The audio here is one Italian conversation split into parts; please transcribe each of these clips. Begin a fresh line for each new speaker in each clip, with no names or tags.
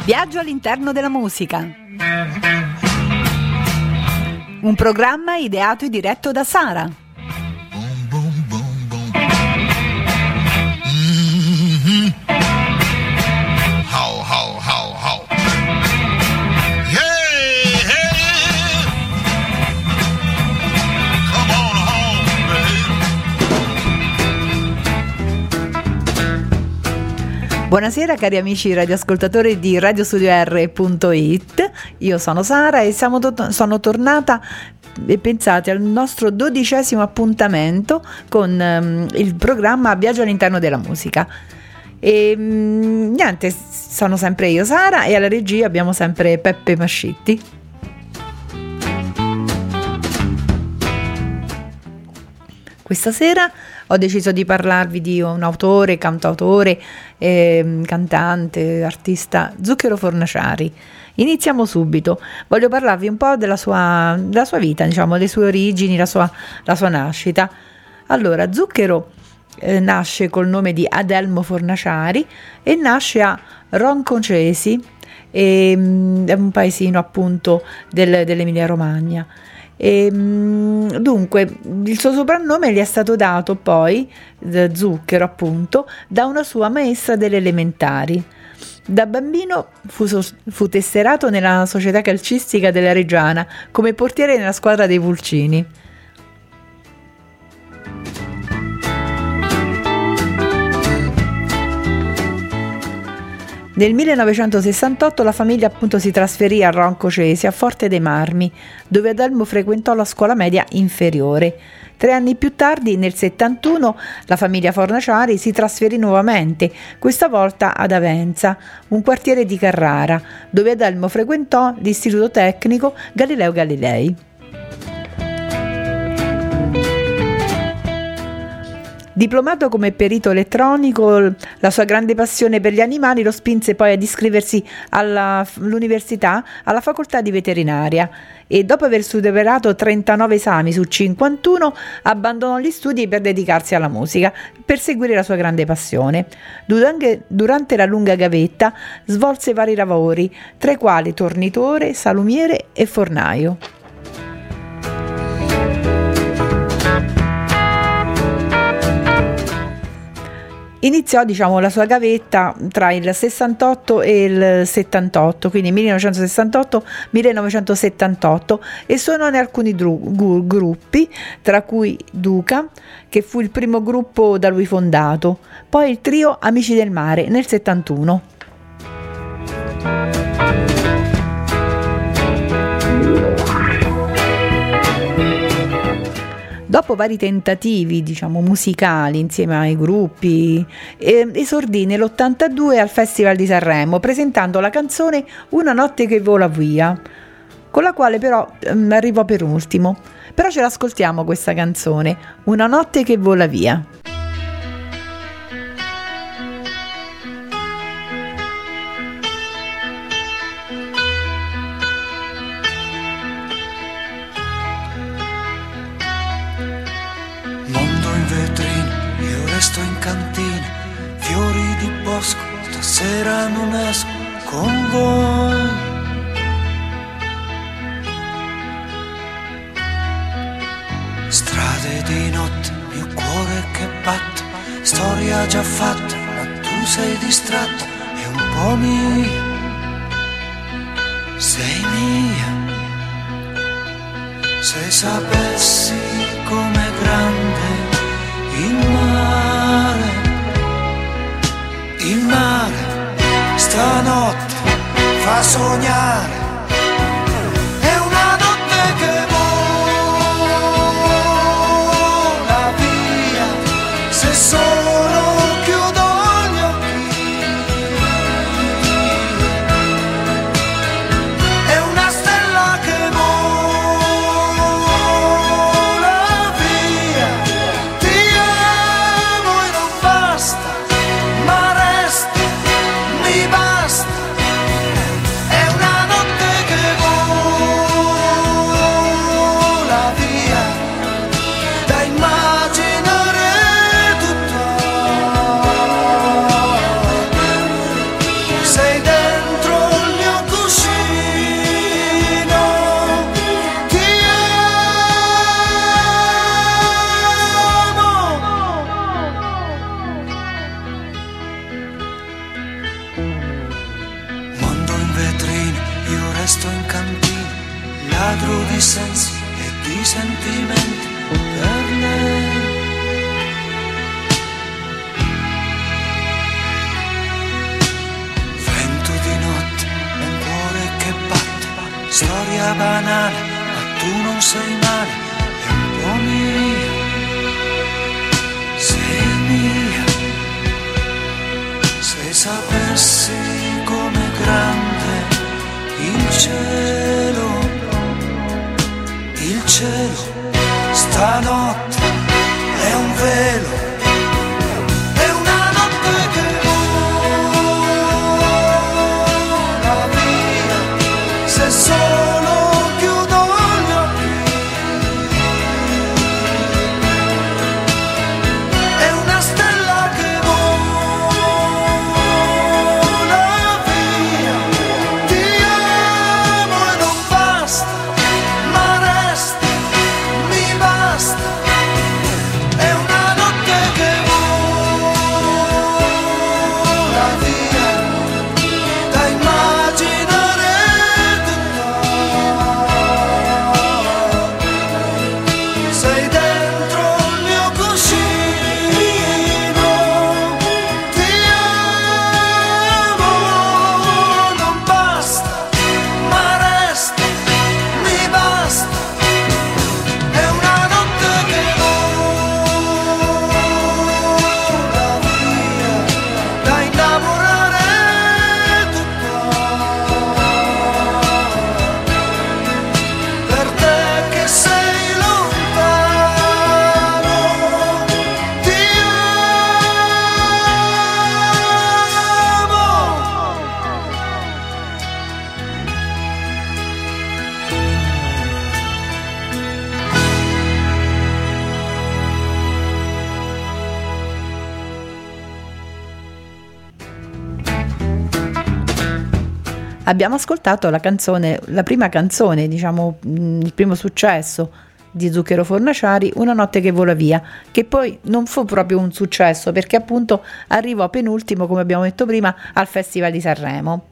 Viaggio all'interno della musica. Un programma ideato e diretto da Sara. Buonasera cari amici radioascoltatori di radiostudio.r.it, io sono Sara e sono tornata, e pensate, al nostro 12° appuntamento con il programma Viaggio all'interno della musica. E niente, sono sempre io Sara e alla regia abbiamo sempre Peppe Mascitti. Questa sera ho deciso di parlarvi di un autore, cantautore, cantante, artista, Zucchero Fornaciari. Iniziamo subito. Voglio parlarvi un po' della sua vita, diciamo, le sue origini, la sua nascita. Allora, Zucchero nasce col nome di Adelmo Fornaciari e nasce a Ronconcesi, è un paesino appunto dell'Emilia Romagna. E dunque il suo soprannome gli è stato dato poi, Zucchero appunto, da una sua maestra delle elementari. Da bambino fu tesserato nella società calcistica della Reggiana come portiere nella squadra dei Pulcini. Nel 1968 la famiglia appunto si trasferì a Ronconcesi, a Forte dei Marmi, dove Adelmo frequentò la scuola media inferiore. 3 anni più tardi, nel 71, la famiglia Fornaciari si trasferì nuovamente, questa volta ad Avenza, un quartiere di Carrara, dove Adelmo frequentò l'istituto tecnico Galileo Galilei. Diplomato come perito elettronico, la sua grande passione per gli animali lo spinse poi ad iscriversi all'università, alla facoltà di veterinaria, e dopo aver superato 39 esami su 51 abbandonò gli studi per dedicarsi alla musica, per seguire la sua grande passione. Durante la lunga gavetta svolse vari lavori, tra i quali tornitore, salumiere e fornaio. Iniziò, diciamo, la sua gavetta tra il 68 e il 78, quindi 1968-1978, e suonò in alcuni gruppi, tra cui Duca, che fu il primo gruppo da lui fondato, poi il trio Amici del Mare nel 71. Dopo vari tentativi, diciamo, musicali insieme ai gruppi, esordì nell'82 al Festival di Sanremo presentando la canzone Una notte che vola via, con la quale però arrivò per ultimo. Però ce l'ascoltiamo questa canzone, Una notte che vola via.
Resto in cantina, fiori di bosco, stasera non esco con voi. Strade di notte, mio cuore che batte, storia già fatta, ma tu sei distratto e un po' mia, sei mia. Se sapessi com'è grande il mare, stanotte fa sognare, è una notte che vola via, se solo chiudo gli occhi, è una stella che vola via, ti amo e non basta, ma resta, mi basta, è una notte che vola via, da immaginare tutto storia banale, ma tu non sei male, è un po' mia, sei mia. Se sapessi com'è grande il cielo stanotte è un velo, è una notte che vola via, se solo chiudo gli occhi, è una stella che vola via, ti amo e non basta, ma resta, mi basta, è una notte che vola via, da immaginare tutta, sei dentro il mio cuscino, ti amo, non basta, ma resta, mi basta, è una notte che vola via, da innamorare tutta, per te che sei lontano, ti amo.
Abbiamo ascoltato la canzone, la prima canzone, diciamo, il primo successo di Zucchero Fornaciari, Una notte che vola via, che poi non fu proprio un successo perché appunto arrivò penultimo, come abbiamo detto prima, al Festival di Sanremo.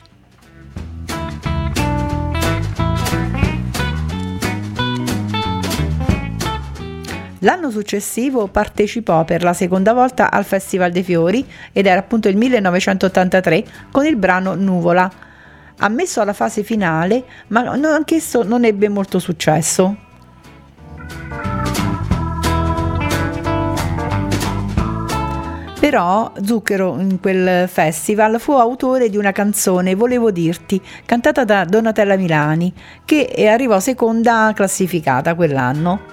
L'anno successivo partecipò per la seconda volta al Festival dei Fiori ed era appunto il 1983 con il brano Nuvola, ammesso alla fase finale, ma anch'esso non ebbe molto successo. Però Zucchero in quel festival fu autore di una canzone, Volevo dirti, cantata da Donatella Milani, che arrivò seconda classificata quell'anno.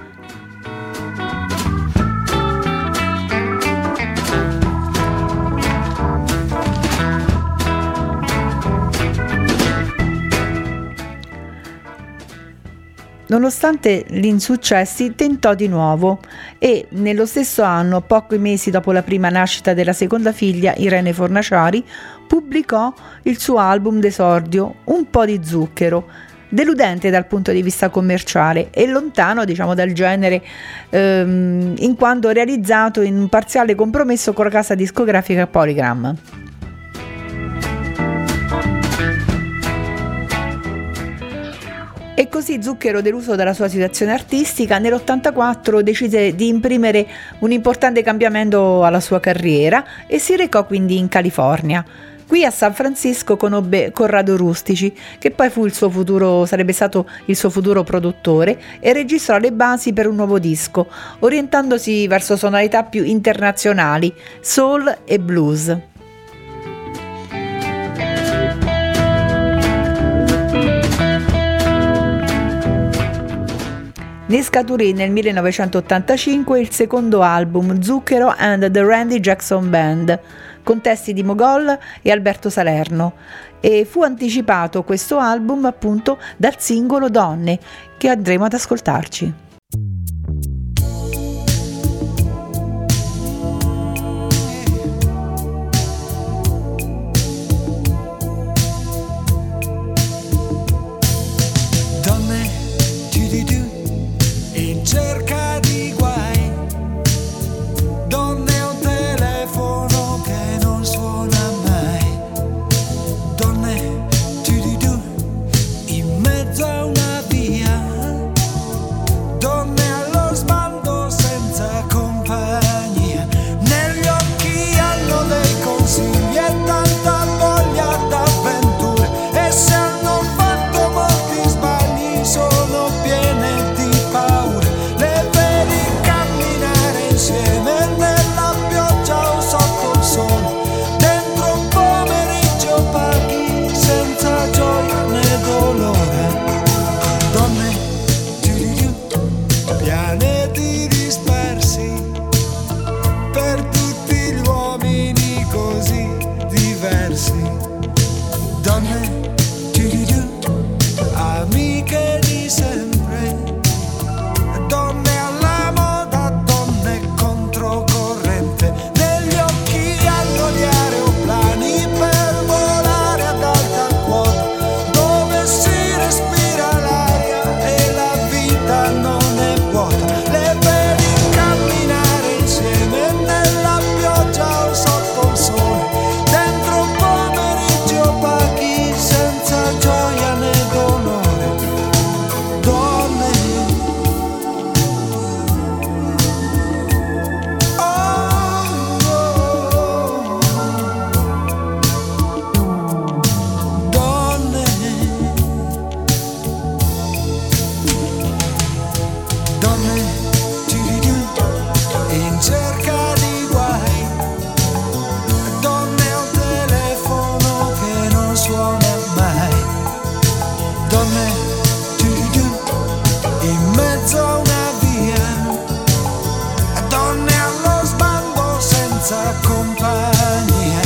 Nonostante gli insuccessi, tentò di nuovo e nello stesso anno, pochi mesi dopo la prima nascita della seconda figlia, Irene Fornaciari, pubblicò il suo album d'esordio, Un po' di zucchero, deludente dal punto di vista commerciale e lontano, diciamo, dal genere, in quanto realizzato in un parziale compromesso con la casa discografica Polygram. E così Zucchero, deluso dalla sua situazione artistica, nell'84 decise di imprimere un importante cambiamento alla sua carriera e si recò quindi in California. Qui a San Francisco conobbe Corrado Rustici, che poi sarebbe stato il suo futuro produttore, e registrò le basi per un nuovo disco, orientandosi verso sonorità più internazionali, soul e blues. Ne scaturì nel 1985 il secondo album, Zucchero and the Randy Jackson Band, con testi di Mogol e Alberto Salerno, e fu anticipato questo album appunto dal singolo Donne, che andremo ad ascoltarci.
Cerca di guai, donne a un telefono che non suona mai, donne in mezzo a una via, senza compagnia.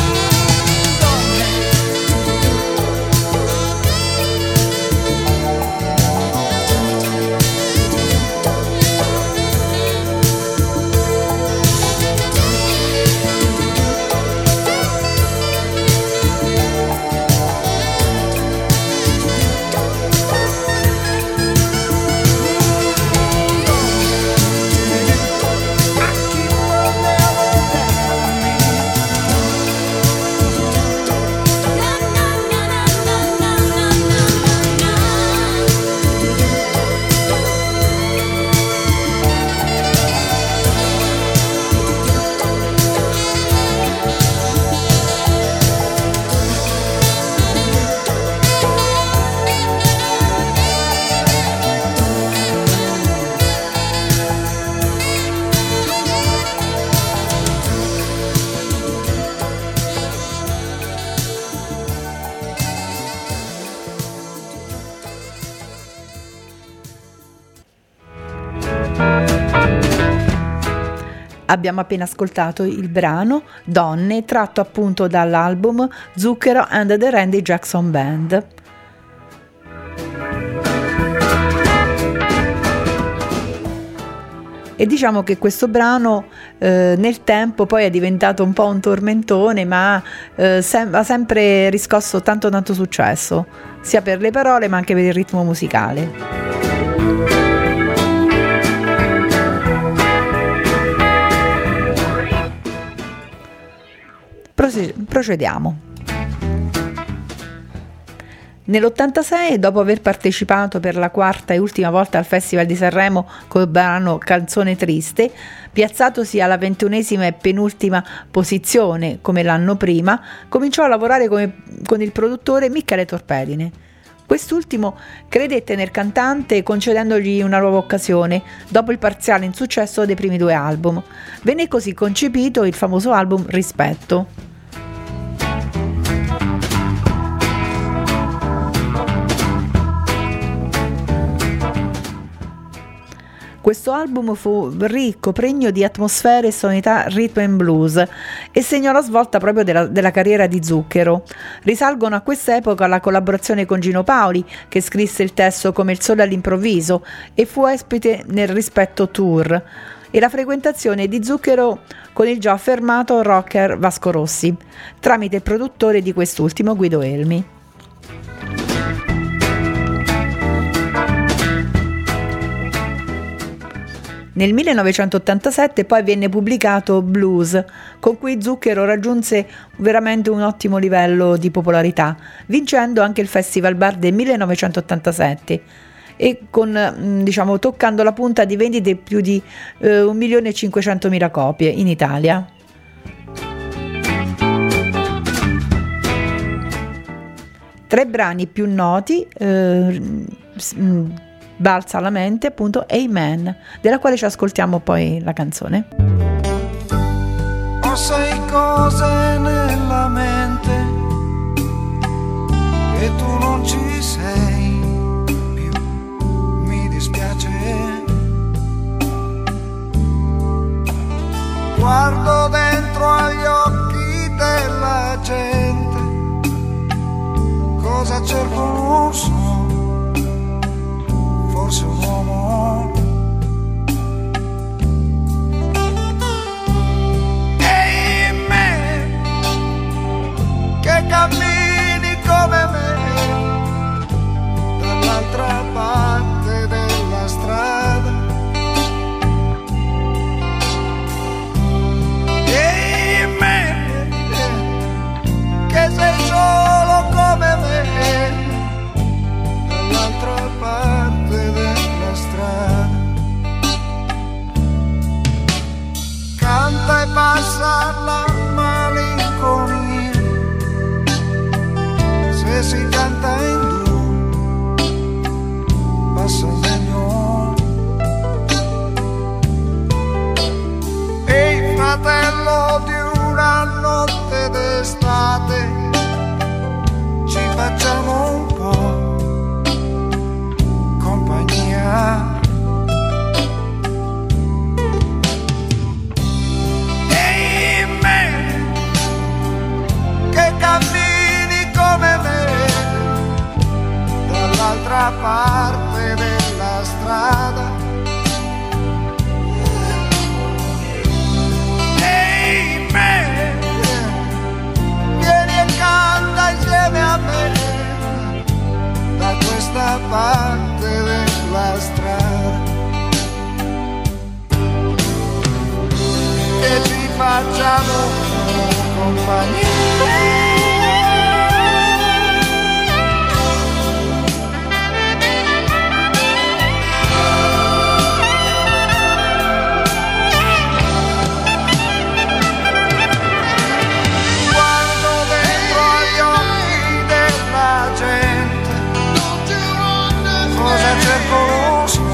Abbiamo appena ascoltato il brano Donne, tratto appunto dall'album Zucchero and the Randy Jackson Band. E diciamo che questo brano nel tempo poi è diventato un po' un tormentone, ma ha sempre riscosso tanto successo, sia per le parole ma anche per il ritmo musicale. Procediamo. Nell'86, dopo aver partecipato per la quarta e ultima volta al Festival di Sanremo col brano Canzone Triste, piazzatosi alla 21esima e penultima posizione come l'anno prima, cominciò a lavorare con il produttore Michele Torpedine. Quest'ultimo credette nel cantante concedendogli una nuova occasione dopo il parziale insuccesso dei primi due album. Venne così concepito il famoso album Rispetto. Questo album fu ricco, pregno di atmosfere e sonorità rhythm and blues e segnò la svolta proprio della carriera di Zucchero. Risalgono a quest'epoca la collaborazione con Gino Paoli, che scrisse il testo Come il sole all'improvviso e fu ospite nel Rispetto Tour, e la frequentazione di Zucchero con il già affermato rocker Vasco Rossi, tramite il produttore di quest'ultimo Guido Elmi. Nel 1987 poi venne pubblicato Blues, con cui Zucchero raggiunse veramente un ottimo livello di popolarità, vincendo anche il Festival Bar del 1987 e toccando la punta di vendite più di 1.500.000 copie in Italia. Tra i brani più noti balza alla mente appunto Amen, della quale ci ascoltiamo poi la canzone.
Ho sei cose nella mente e tu non ci sei più, mi dispiace. Guardo dentro agli occhi della gente, cosa cerco non so, forse un uomo. E in me che cammini come me dall'altra parte della strada. E in me che sei solo come me dall'altra parte della strada. Canta e passa la malinconia, se si canta in due passa meglio. Ehi fratello di una notte d'estate, ci facciamo un po' compagnia. E facciamo compagnia. Cerco lo so,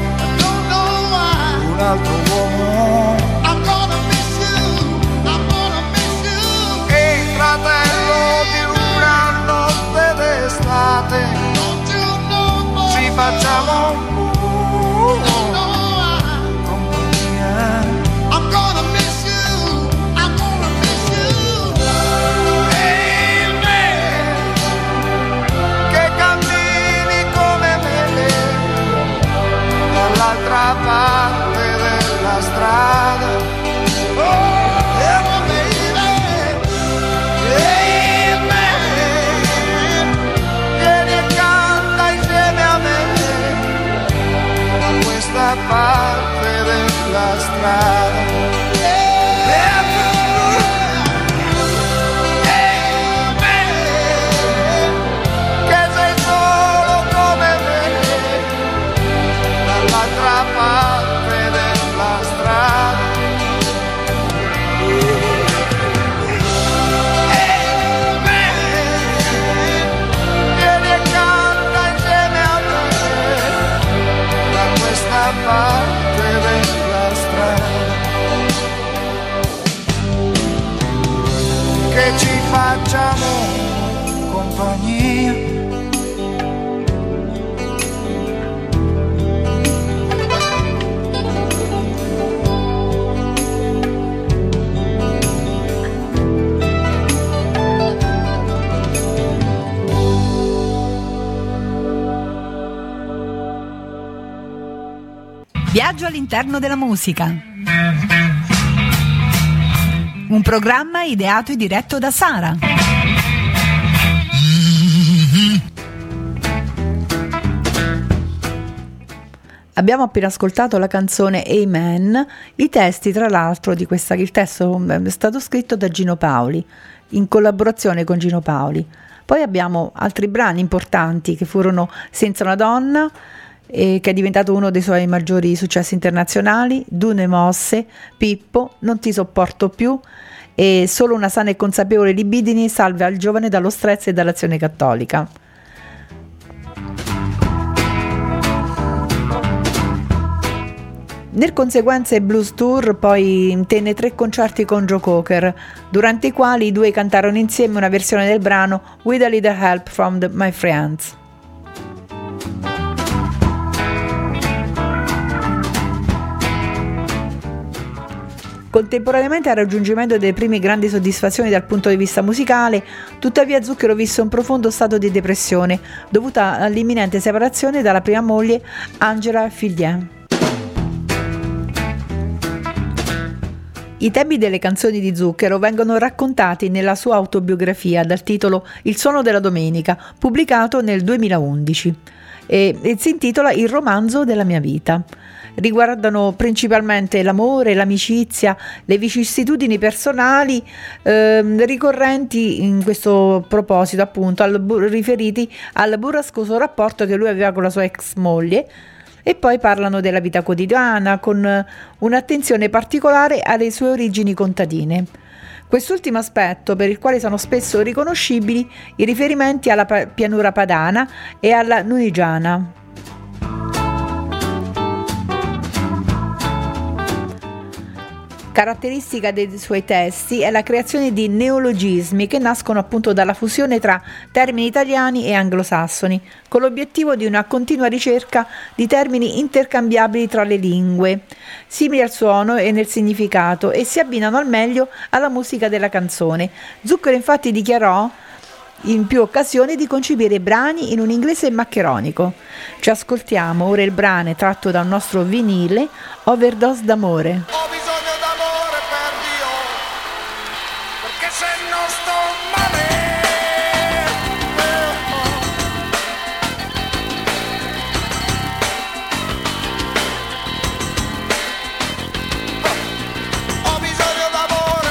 un altro uomo. I'm gonna miss you, I'm gonna miss you. E il fratello di una notte d'estate, ci facciamo un po' compagnia. I'm gonna miss you, I'm gonna miss you. E me, che cammini come me dall'altra parte della strada. Oh, baby, hey, man, vieni e canta insieme a me da questa parte della strada. Dall'altra parte della strada. Vieni e canta insieme a me da questa parte della strada. Che ci facciamo compagnia.
Viaggio all'interno della musica. Un programma ideato e diretto da Sara. Abbiamo appena ascoltato la canzone Amen, i testi tra l'altro di questa, il testo è stato scritto da Gino Paoli, in collaborazione con Gino Paoli. Poi abbiamo altri brani importanti che furono Senza una donna, che è diventato uno dei suoi maggiori successi internazionali, Dune mosse, Pippo, Non ti sopporto più e Solo una sana e consapevole libidine salva il giovane dallo stress e dall'azione cattolica. Nel conseguenze Blues Tour poi tenne 3 concerti con Joe Cocker, durante i quali i due cantarono insieme una versione del brano With a Little Help from My Friends. Contemporaneamente al raggiungimento delle prime grandi soddisfazioni dal punto di vista musicale, tuttavia Zucchero visse un profondo stato di depressione dovuta all'imminente separazione dalla prima moglie Angela Fillion. I temi delle canzoni di Zucchero vengono raccontati nella sua autobiografia dal titolo Il suono della domenica, pubblicato nel 2011, e si intitola Il romanzo della mia vita. Riguardano principalmente l'amore, l'amicizia, le vicissitudini personali ricorrenti in questo proposito, appunto, riferiti al burrascoso rapporto che lui aveva con la sua ex moglie, e poi parlano della vita quotidiana con un'attenzione particolare alle sue origini contadine. Quest'ultimo aspetto per il quale sono spesso riconoscibili i riferimenti alla pianura padana e alla nunigiana. Caratteristica dei suoi testi è la creazione di neologismi che nascono appunto dalla fusione tra termini italiani e anglosassoni, con l'obiettivo di una continua ricerca di termini intercambiabili tra le lingue, simili al suono e nel significato, e si abbinano al meglio alla musica della canzone. Zucchero infatti dichiarò in più occasioni di concepire brani in un inglese maccheronico. Ci ascoltiamo ora il brano tratto da un nostro vinile, Overdose d'amore.
Ho bisogno d'amore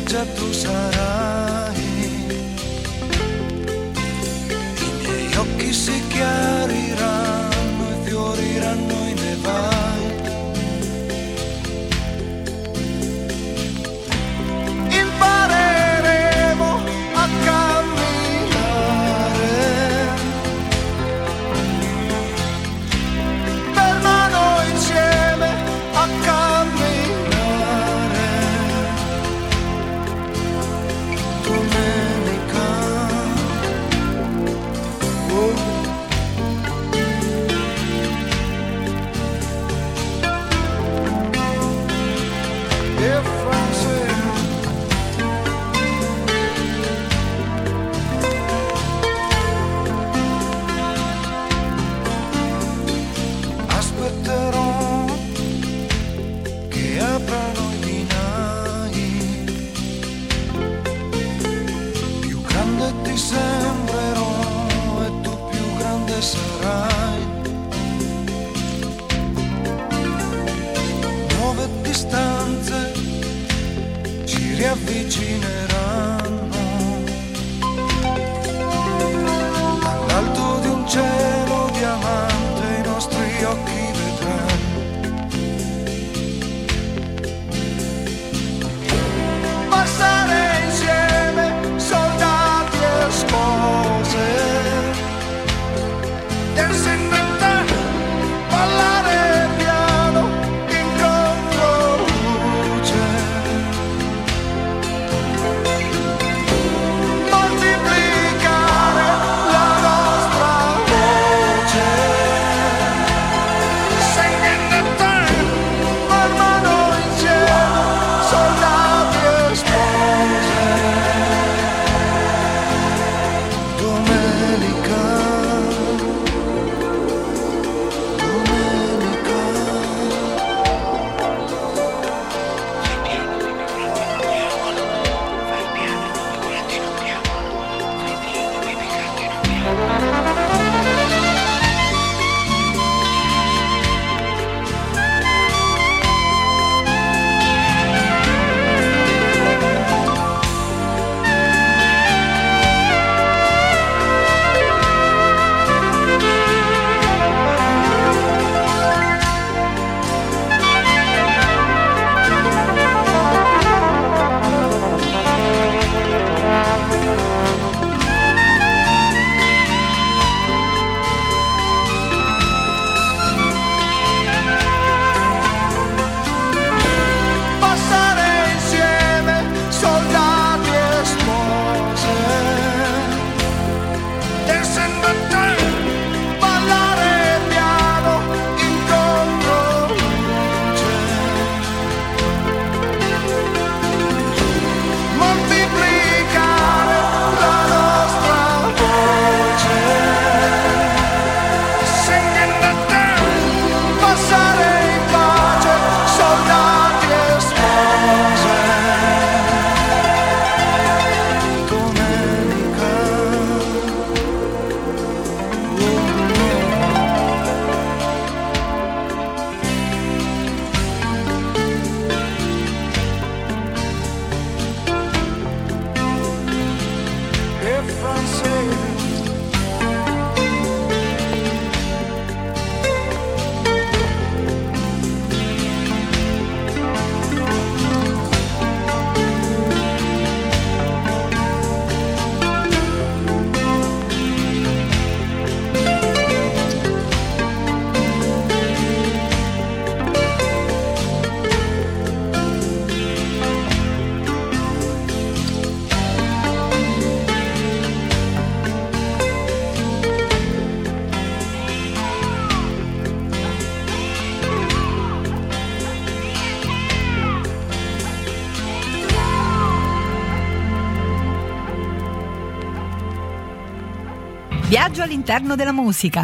spiaggia tu sarai, i miei occhi si chiariranno e fioriranno i nevai. Impareremo a camminare per mano insieme a camminare. Domenica, e Francesco. Aspetterò che aprano i binari, più grande ti sembrerò e tu più grande sarai. Nuove distanze ci riavvicineranno all'alto di un cielo diamante, i nostri occhi vedranno. Passare insieme soldati e spose, dancing in the ballare piano in controluce, moltiplicare la nostra voce, singing the time, per mano insieme soldati e spose. Domenica, domenica. Passare insieme soldati e spose, dancing the time, ballare piano in controluce, moltiplicare la nostra voce, singing the time, passare in pace soldati e spose. Domenica, e Francesco.
Viaggio all'interno della musica.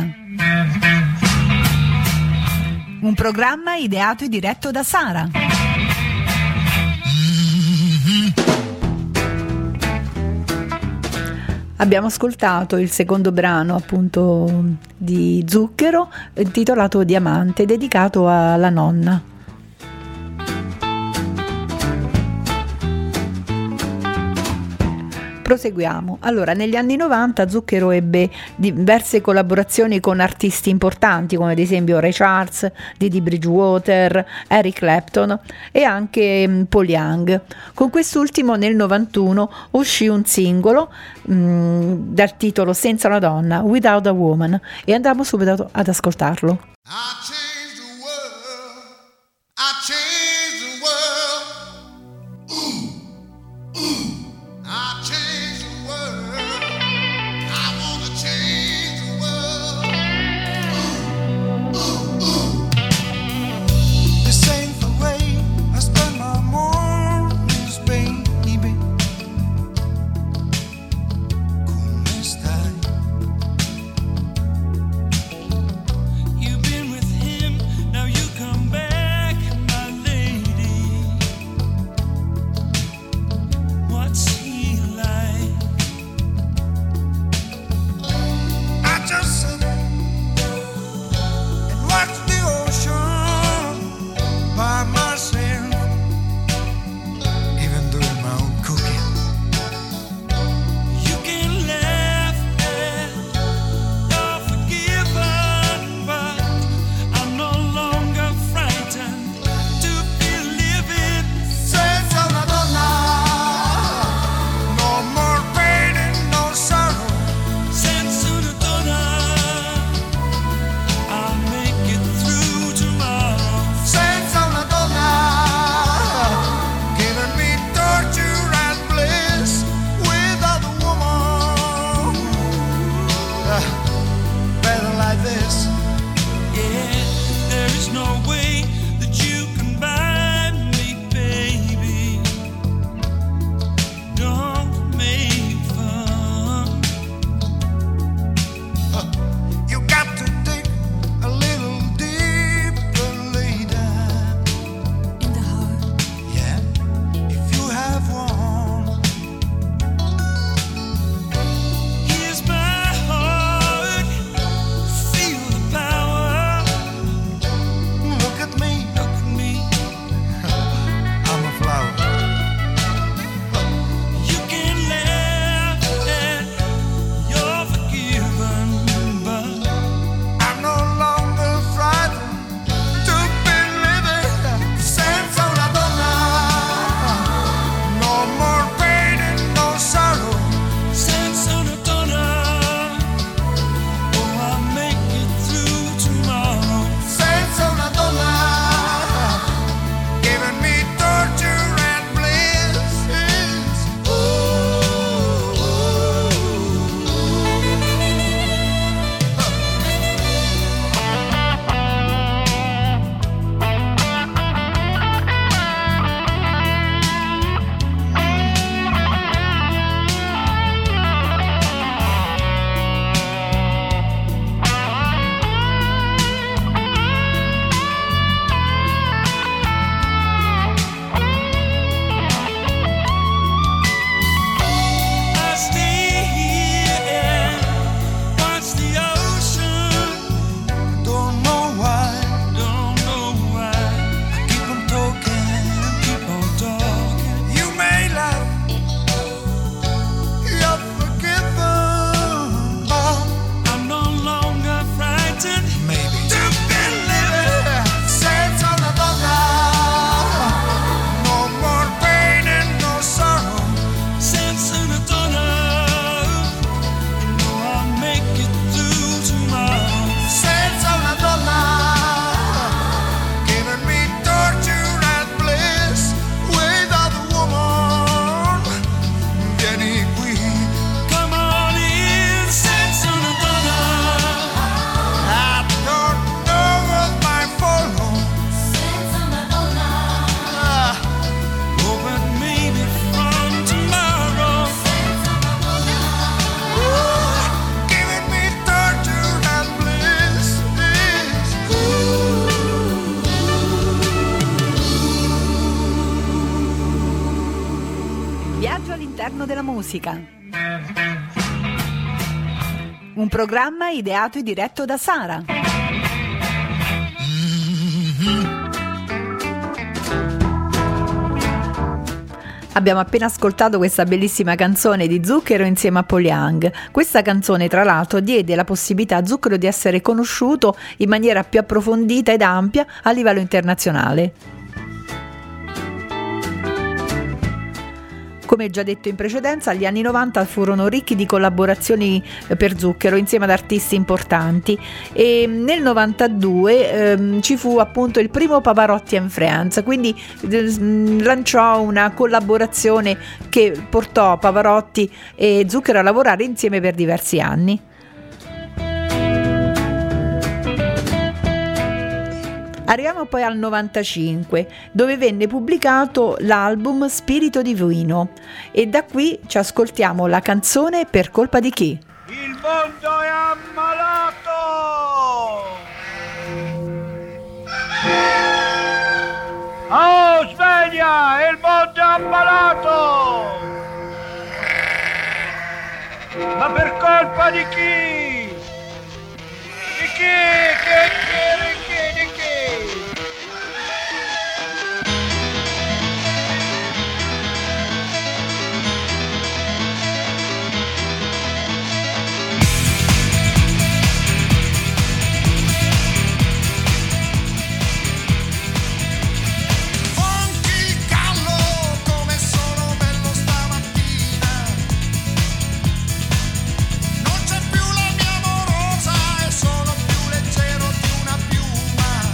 Un programma ideato e diretto da Sara. Abbiamo ascoltato il secondo brano appunto di Zucchero, intitolato Diamante, dedicato alla nonna. Proseguiamo. Allora, negli anni 90 Zucchero ebbe diverse collaborazioni con artisti importanti come ad esempio Ray Charles, Dee Bridgewater, Eric Clapton e anche Paul Young. Con quest'ultimo nel 91 uscì un singolo dal titolo Senza una donna, Without a Woman, e andiamo subito ad ascoltarlo.
I changed the world. I changed the world. Ooh, ooh. I changed the world. I wanna change the world. Ooh, ooh, ooh. This ain't the way I spend my mornings, baby. Come stai?
You've been with him, now you come back, my lady. What's he like?
I just sit and watch the ocean by myself, even doing my own cooking.
You can laugh at you're forgiven, but I'm no longer frightened to be living.
Senza una donna, no more pain and no sorrow.
Senza una donna, I'll make it through tomorrow.
Senza una donna, giving me torture and bliss. Without a woman, better like this.
Yeah, there is no way that you can buy me, baby. Don't make fun.
You got to dig a little deeper later.
In the heart,
Yeah, if you have one.
Here's my heart. Feel the power.
Look at me,
Look at me.
I'm a flower.
You can laugh at you're forgiven, but
I'm no longer frightened to be living. Senza una donna, no more pain and no sorrow.
senza una donna, oh, I'll make it through tomorrow.
Senza una donna, giving me torture and bliss.
I stay here and watch the ocean.
Don't know why,
Don't know why.
keep on talking.
Keep on talking.
You may laugh, you're forgiven, but
I'm no longer frightened.
maybe to be living. Senza una donna, no more pain and no sorrow.
Senza una donna, you know I'll make it through tomorrow.
Senza una donna, giving me torture and bliss. Without a woman, vieni qui.
Come on in, senza una donna.
I don't know what my follow.
Oh, but maybe from tomorrow.
Giving me torture and bliss.
Viaggio all'interno della musica. Un programma ideato e diretto da Sara. Abbiamo appena ascoltato questa bellissima canzone di Zucchero insieme a Paul Young. Questa canzone, tra l'altro, diede la possibilità a Zucchero di essere conosciuto in maniera più approfondita ed ampia a livello internazionale. Come già detto in precedenza, gli anni 90 furono ricchi di collaborazioni per Zucchero insieme ad artisti importanti e nel 92 ci fu appunto il primo Pavarotti and Friends, quindi lanciò una collaborazione che portò Pavarotti e Zucchero a lavorare insieme per diversi anni. Arriviamo poi al 95, dove venne pubblicato l'album Spirito Divino e da qui ci ascoltiamo la canzone Per colpa di chi?
Il mondo è ammalato! Oh, sveglia! Il mondo è ammalato! Ma per colpa di chi? Di chi? Di chi?
Non c'è più la mia amorosa, è solo più leggero di una piuma.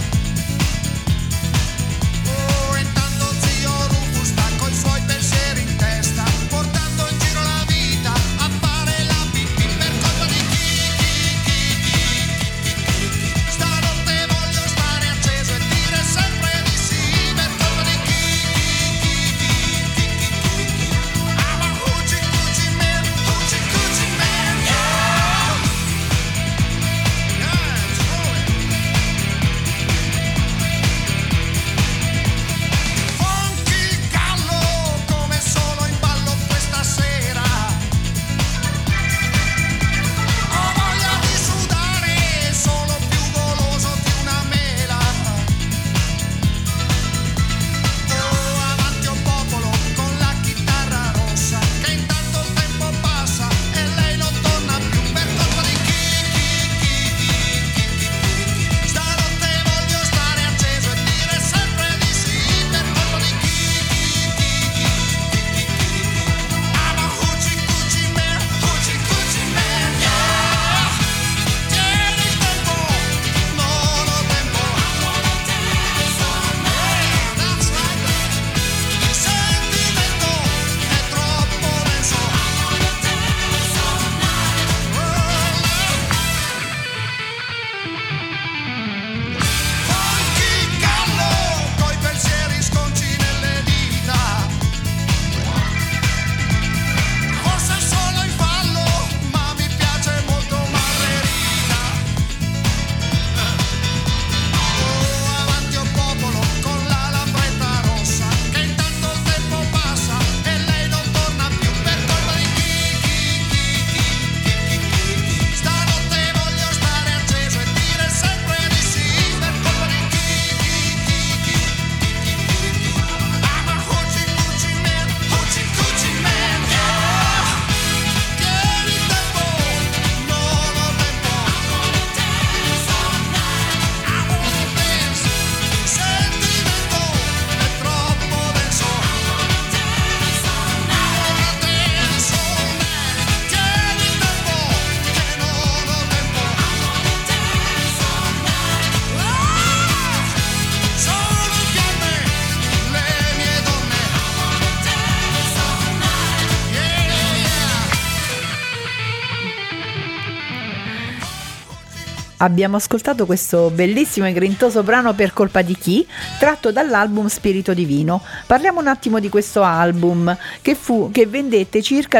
Abbiamo ascoltato questo bellissimo e grintoso brano Per colpa di chi, tratto dall'album Spirito Divino. Parliamo un attimo di questo album che vendette circa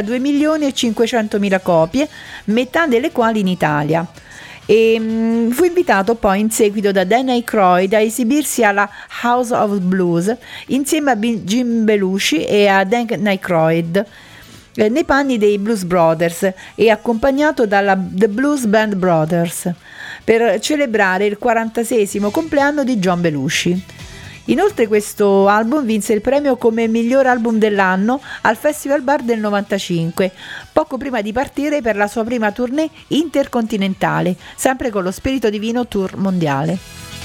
2.500.000 copie, metà delle quali in Italia. E fu invitato poi in seguito da Dan Aykroyd a esibirsi alla House of Blues insieme a Jim Belushi e a Dan Aykroyd nei panni dei Blues Brothers e accompagnato dalla The Blues Band Brothers per celebrare il 46esimo compleanno di John Belushi. Inoltre questo album vinse il premio come miglior album dell'anno al Festival Bar del 95, poco prima di partire per la sua prima tournée intercontinentale, sempre con lo Spirito Divino Tour mondiale.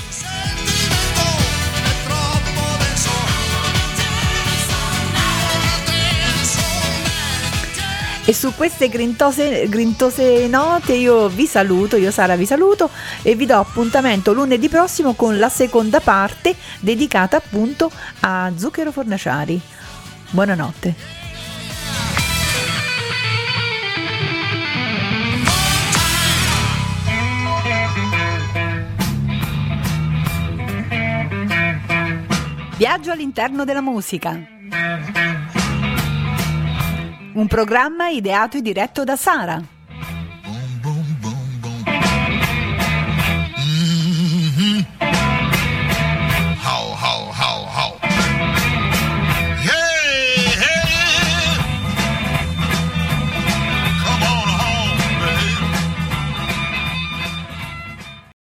E su queste grintose note io Sara vi saluto e vi do appuntamento lunedì prossimo con la seconda parte dedicata appunto a Zucchero Fornaciari. Buonanotte. Viaggio all'interno della musica. Un programma ideato e diretto da Sara.